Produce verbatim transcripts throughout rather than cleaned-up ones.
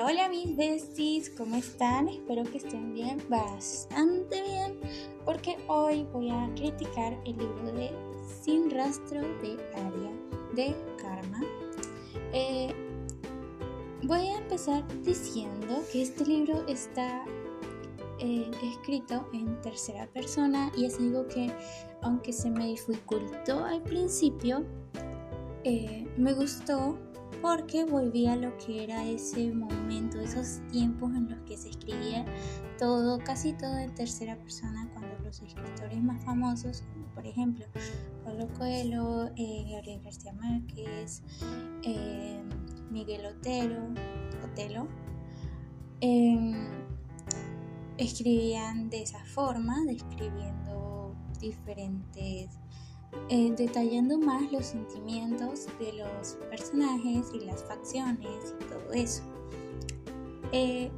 Hola mis besties, ¿cómo están? Espero que estén bien, bastante bien, porque hoy voy a criticar el libro de Sin Rastro de Aria de Karma. Eh, voy a empezar diciendo que este libro está eh, escrito en tercera persona y es algo que, aunque se me dificultó al principio, eh, me gustó. Porque volví a lo que era ese momento, esos tiempos en los que se escribía todo, casi todo en tercera persona, cuando los escritores más famosos, como por ejemplo Paulo Coelho, eh, Gabriel García Márquez, eh, Miguel Otero, Otelo, eh, escribían de esa forma, describiendo diferentes Eh, detallando más los sentimientos de los personajes y las facciones y todo eso. Eh,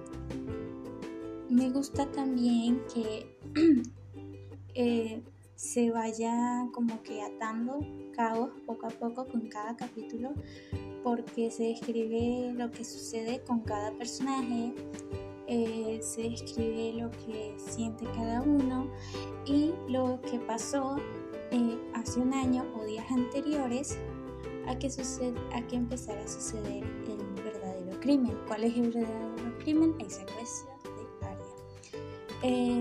me gusta también que eh, se vaya como que atando cabos poco a poco con cada capítulo, porque se describe lo que sucede con cada personaje, eh, se describe lo que siente cada uno y lo que pasó Eh, hace un año o días anteriores a que, suced- a que empezara a suceder el verdadero crimen. ¿Cuál es el verdadero crimen? El secuestro de Aria. Eh,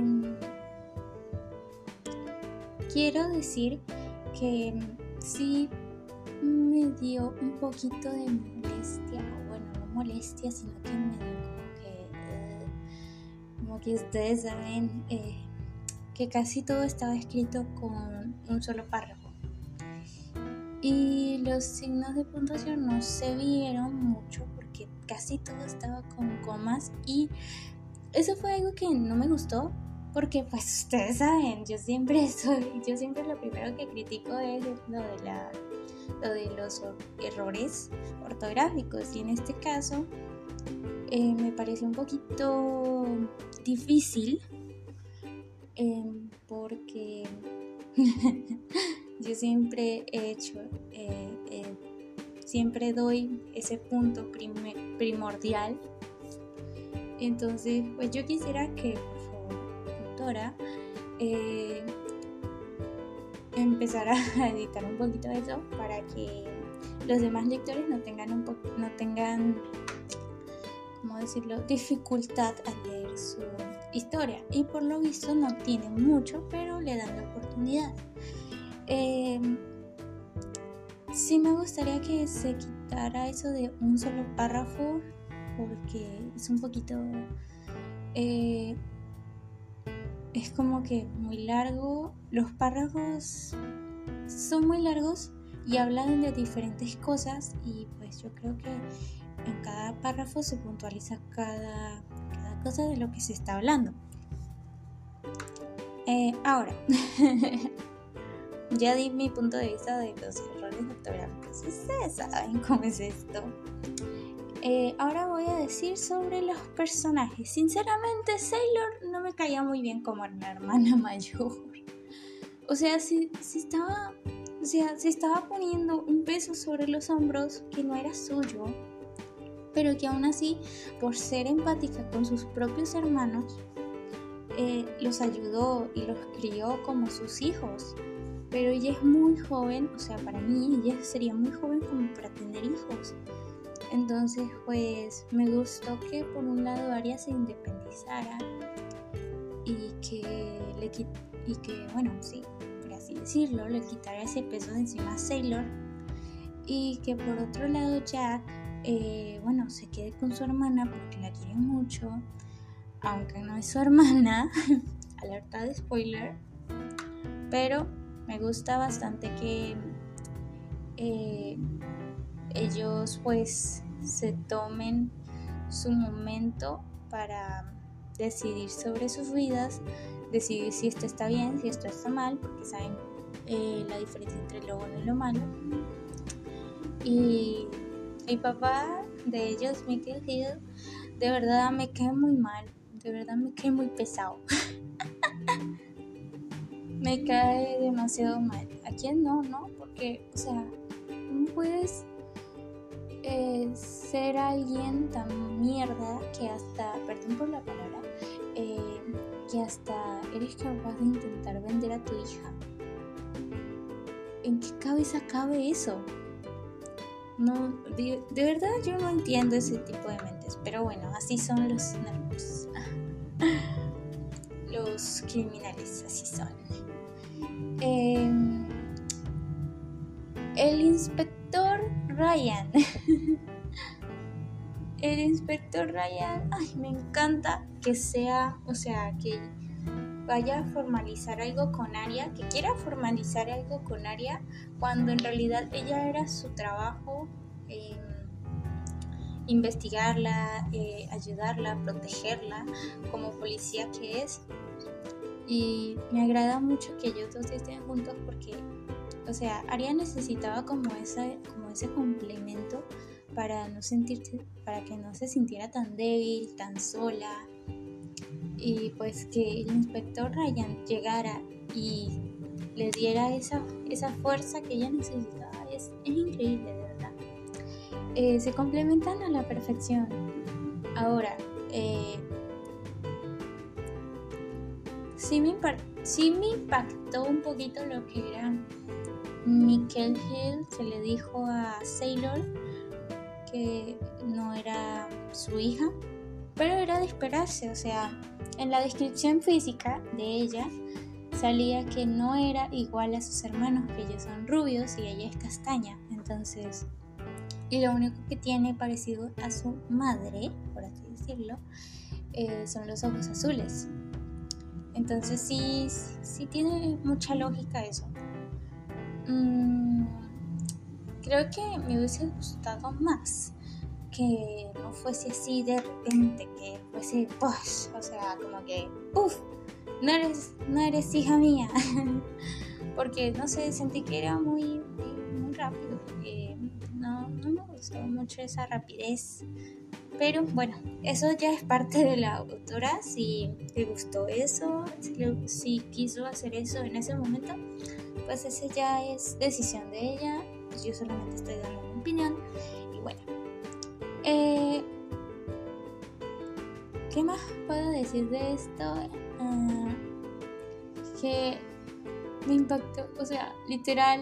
quiero decir que sí me dio un poquito de molestia, o bueno, no molestia, sino que me dio como que, uh, como que ustedes saben, eh, que casi todo estaba escrito con un solo párrafo y los signos de puntuación no se vieron mucho porque casi todo estaba con comas, y eso fue algo que no me gustó, porque pues ustedes saben, yo siempre soy, yo siempre lo primero que critico es lo de la lo de los errores ortográficos, y en este caso eh, me pareció un poquito difícil. Eh, porque yo siempre he hecho, eh, eh, siempre doy ese punto prim- primordial. Entonces, pues yo quisiera que, por favor, doctora, eh, empezara a editar un poquito eso para que los demás lectores no tengan un po- no tengan, ¿cómo decirlo?, dificultad al leer su historia, y por lo visto no tienen mucho, pero le dan la oportunidad. Eh, sí me gustaría que se quitara eso de un solo párrafo, porque es un poquito eh, es como que muy largo. Los párrafos son muy largos y hablan de diferentes cosas, y pues yo creo que en cada párrafo se puntualiza cada, cada cosa de lo que se está hablando. Eh, ahora, ya di mi punto de vista de los errores ortográficos. Ustedes saben cómo es esto. Eh, ahora voy a decir sobre los personajes. Sinceramente, Sailor no me caía muy bien como la hermana mayor. O sea, si, si estaba, o sea, se estaba poniendo un peso sobre los hombros que no era suyo, pero que aún así, por ser empática con sus propios hermanos, eh, los ayudó y los crió como sus hijos. Pero ella es muy joven, o sea, para mí ella sería muy joven como para tener hijos. Entonces, pues, me gustó que por un lado Aria se independizara y que le quit- y que, bueno, sí, por así decirlo, le quitara ese peso de encima a Sailor, y que por otro lado Jack, eh, bueno, se quede con su hermana porque la quiere mucho, aunque no es su hermana, alerta de spoiler, pero me gusta bastante que eh, ellos pues se tomen su momento para decidir sobre sus vidas, decidir si esto está bien, si esto está mal, porque saben eh, la diferencia entre lo bueno y lo malo. Y el papá de ellos, Michael Hill, de verdad me cae muy mal, de verdad me cae muy pesado. Me cae demasiado mal. ¿A quién no, no? Porque, o sea, ¿cómo puedes eh, ser alguien tan mierda que hasta, perdón por la palabra, eh, que hasta eres capaz de intentar vender a tu hija. ¿En qué cabeza cabe eso? No, de, de verdad yo no entiendo ese tipo de mentes, pero bueno, así son los narcos. Los criminales, así son. Eh, el inspector Ryan. El inspector Ryan, ay, me encanta que sea, o sea, que vaya a formalizar algo con Arya, que quiera formalizar algo con Arya, cuando en realidad ella era su trabajo, eh, investigarla, eh, ayudarla, protegerla, como policía que es. Y me agrada mucho que ellos dos estén juntos porque, o sea, Arya necesitaba como, esa, como ese complemento para no sentirse, para que no se sintiera tan débil, tan sola. Y pues que el inspector Ryan llegara y le diera esa, esa fuerza que ella necesitaba es, es increíble, de verdad. Eh, se complementan a la perfección. Ahora, eh, sí, me impar- sí me impactó un poquito lo que era Mikkel Hill, que le dijo a Sailor que no era su hija, pero era de esperarse. O sea, en la descripción física de ella salía que no era igual a sus hermanos, que ellos son rubios y ella es castaña. Entonces, y lo único que tiene parecido a su madre, por así decirlo, eh, son los ojos azules. Entonces sí, sí tiene mucha lógica eso. Mm, creo que me hubiese gustado más que no fuese así de repente, que fuese push, o sea, como que puff, no eres, no eres hija mía. Porque no sé, sentí que era muy, muy, muy rápido. Eh, no, no me gustó mucho esa rapidez. Pero bueno, eso ya es parte de la autora. Si le gustó eso, si, le, si quiso hacer eso en ese momento, pues esa ya es decisión de ella. Yo solamente estoy dando mi opinión. Y bueno, eh, ¿qué más puedo decir de esto? Uh, que me impactó, o sea, literal.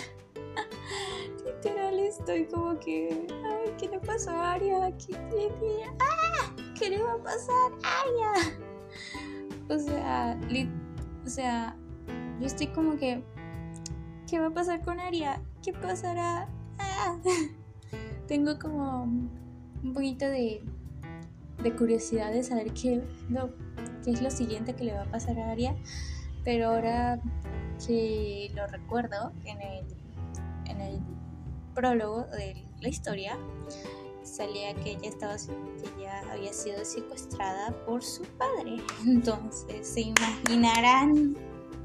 Literal estoy como que, ay, ¿qué le pasó a Arya? ¿Qué, qué, qué? ¡Ah! ¿Qué le va a pasar a Arya? O sea, li, o sea, yo estoy como que, ¿qué va a pasar con Arya? ¿Qué pasará? ¡Ah! Tengo como un poquito de, de curiosidad de saber qué, lo, qué es lo siguiente que le va a pasar a Arya, pero ahora que lo recuerdo en el, en el prólogo de la historia salía que ella estaba que ella había sido secuestrada por su padre. Entonces se imaginarán,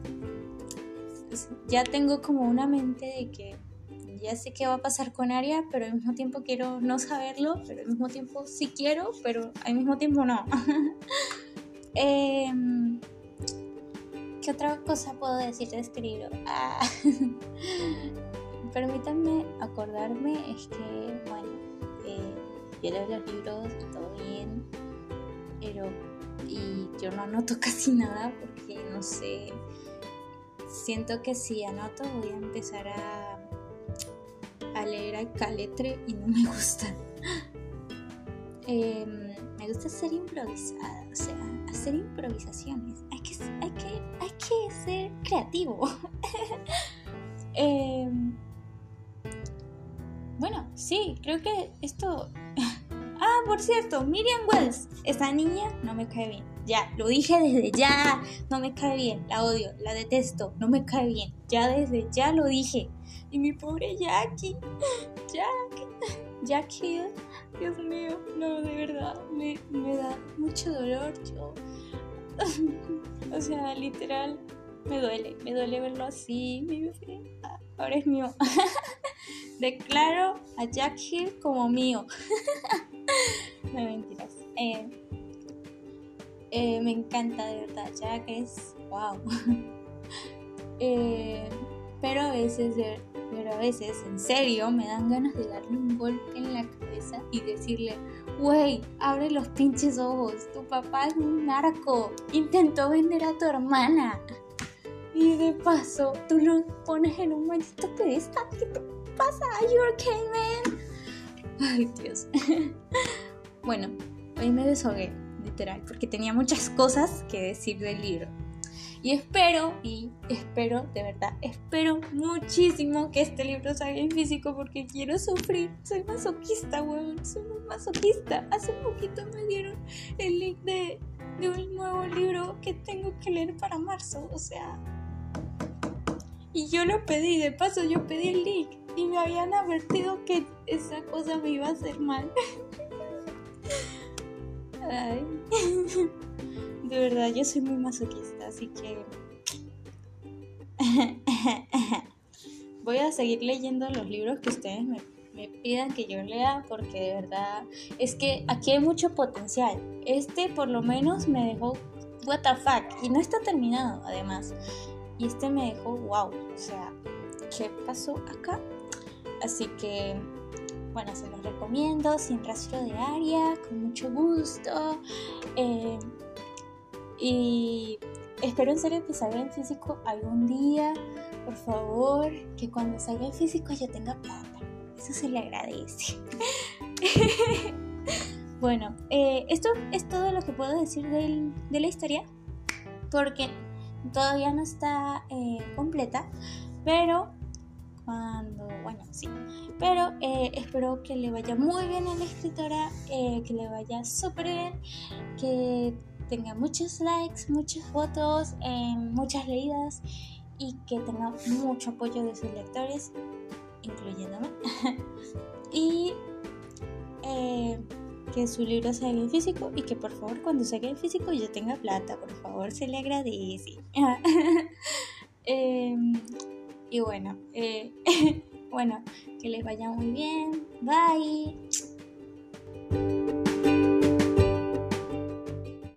ya tengo como una mente de que ya sé qué va a pasar con Arya, pero al mismo tiempo quiero no saberlo, pero al mismo tiempo sí quiero, pero al mismo tiempo no. eh, ¿Qué otra cosa puedo decir de este libro? Ah. Permítanme acordarme, es que, bueno, eh, yo leo los libros, todo bien, pero y yo no anoto casi nada porque, no sé, siento que si anoto voy a empezar a, a leer al caletre y no me gusta. eh, me gusta ser improvisada, o sea, hacer improvisaciones, hay que, hay que, hay que ser creativo. eh, Bueno, sí, creo que esto... Ah, por cierto, Miriam Wells, esa niña no me cae bien. Ya, lo dije desde ya, no me cae bien, la odio, la detesto, no me cae bien. Ya desde ya lo dije. Y mi pobre Jackie, Jack, Jackie, Dios mío, no, de verdad, me, me da mucho dolor. Yo, o sea, literal, me duele, me duele verlo así. Mi bebé, ahora es mío. Declaro a Jack Hill como mío. No, mentiras. Eh, eh, me encanta, de verdad. Jack es wow. eh, pero a veces, pero a veces, en serio, me dan ganas de darle un golpe en la cabeza y decirle, güey, abre los pinches ojos, tu papá es un narco, intentó vender a tu hermana. Y de paso, tú lo pones en un maldito pedestal. ¿Qué te pasa? ¿Are you okay, man? Ay, Dios. Bueno, hoy me deshogué, literal, porque tenía muchas cosas que decir del libro. Y espero, y espero, de verdad, espero muchísimo que este libro salga en físico porque quiero sufrir. Soy masoquista, weón, soy muy masoquista. Hace poquito me dieron el link de, de un nuevo libro que tengo que leer para marzo, o sea... Y yo lo pedí, de paso yo pedí el link y me habían advertido que esa cosa me iba a hacer mal. Ay... De verdad, yo soy muy masoquista, así que voy a seguir leyendo los libros que ustedes me, me pidan que yo lea, porque de verdad es que aquí hay mucho potencial. Este por lo menos me dejó what the fuck, y no está terminado además. Y este me dejó wow, o sea, ¿qué pasó acá? Así que, bueno, se los recomiendo, Sin rastro de Aria, con mucho gusto. Eh... Y espero en serio que salga en físico algún día. Por favor, que cuando salga en físico yo tenga plata. Eso se le agradece. Bueno, eh, esto es todo lo que puedo decir del, de la historia, porque todavía no está eh, completa. Pero cuando, bueno, sí. Pero eh, espero que le vaya muy bien a la escritora, eh, que le vaya súper bien, que tenga muchos likes, muchos votos, eh, muchas leídas y que tenga mucho apoyo de sus lectores, incluyéndome. Y eh, que su libro salga en físico y que por favor cuando salga en físico yo tenga plata, por favor, se le agradece. eh, y bueno, eh, bueno, que les vaya muy bien. Bye.